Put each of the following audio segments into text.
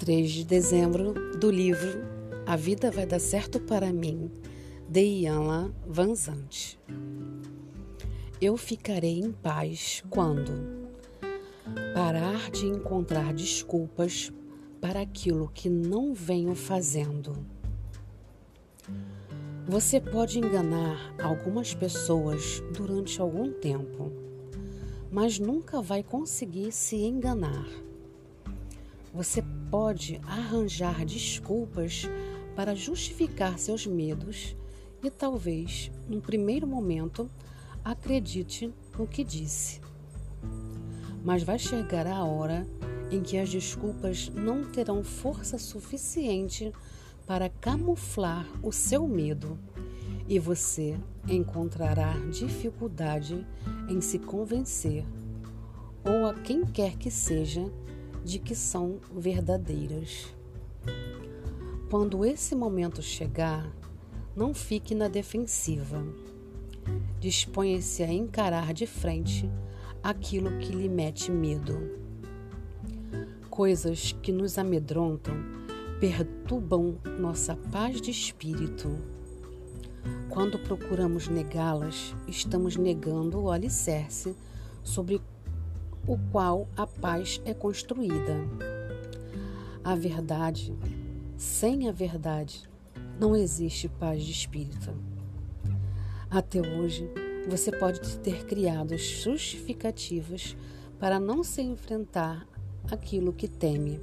3 de dezembro, do livro A Vida Vai Dar Certo para Mim, de Ian Van Zandt. Eu ficarei em paz quando parar de encontrar desculpas para aquilo que não venho fazendo. Você pode enganar algumas pessoas durante algum tempo, mas nunca vai conseguir se enganar. Você pode arranjar desculpas para justificar seus medos e talvez, num primeiro momento, acredite no que disse. Mas vai chegar a hora em que as desculpas não terão força suficiente para camuflar o seu medo e você encontrará dificuldade em se convencer, ou a quem quer que seja, de que são verdadeiras. Quando esse momento chegar, não fique na defensiva. Disponha-se a encarar de frente aquilo que lhe mete medo. Coisas que nos amedrontam perturbam nossa paz de espírito. Quando procuramos negá-las, estamos negando o alicerce sobre o qual a paz é construída. A verdade, sem a verdade, não existe paz de espírito. Até hoje, você pode ter criado justificativas para não se enfrentar aquilo que teme.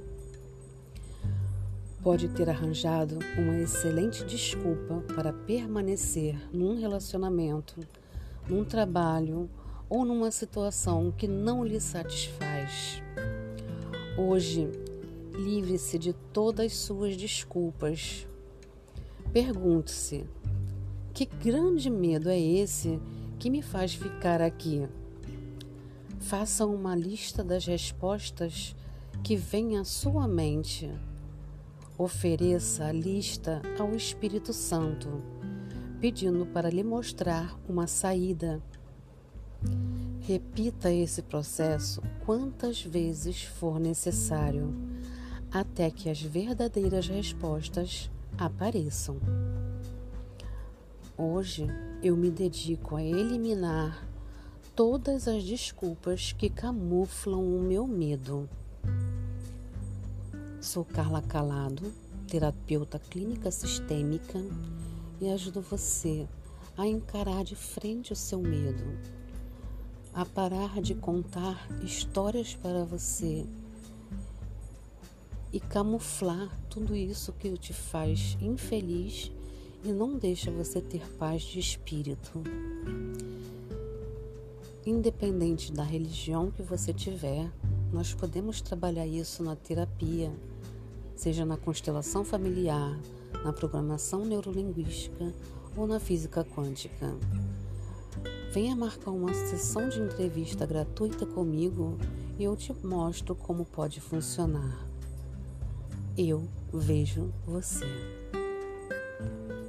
Pode ter arranjado uma excelente desculpa para permanecer num relacionamento, num trabalho ou numa situação que não lhe satisfaz. Hoje, livre-se de todas as suas desculpas. Pergunte-se: que grande medo é esse que me faz ficar aqui? Faça uma lista das respostas que vêm à sua mente. Ofereça a lista ao Espírito Santo, pedindo para lhe mostrar uma saída. Repita esse processo quantas vezes for necessário, até que as verdadeiras respostas apareçam. Hoje eu me dedico a eliminar todas as desculpas que camuflam o meu medo. Sou Carla Calado, terapeuta clínica sistêmica, e ajudo você a encarar de frente o seu medo, a parar de contar histórias para você e camuflar tudo isso que te faz infeliz e não deixa você ter paz de espírito. Independente da religião que você tiver, nós podemos trabalhar isso na terapia, seja na constelação familiar, na programação neurolinguística ou na física quântica. Venha marcar uma sessão de entrevista gratuita comigo e eu te mostro como pode funcionar. Eu vejo você.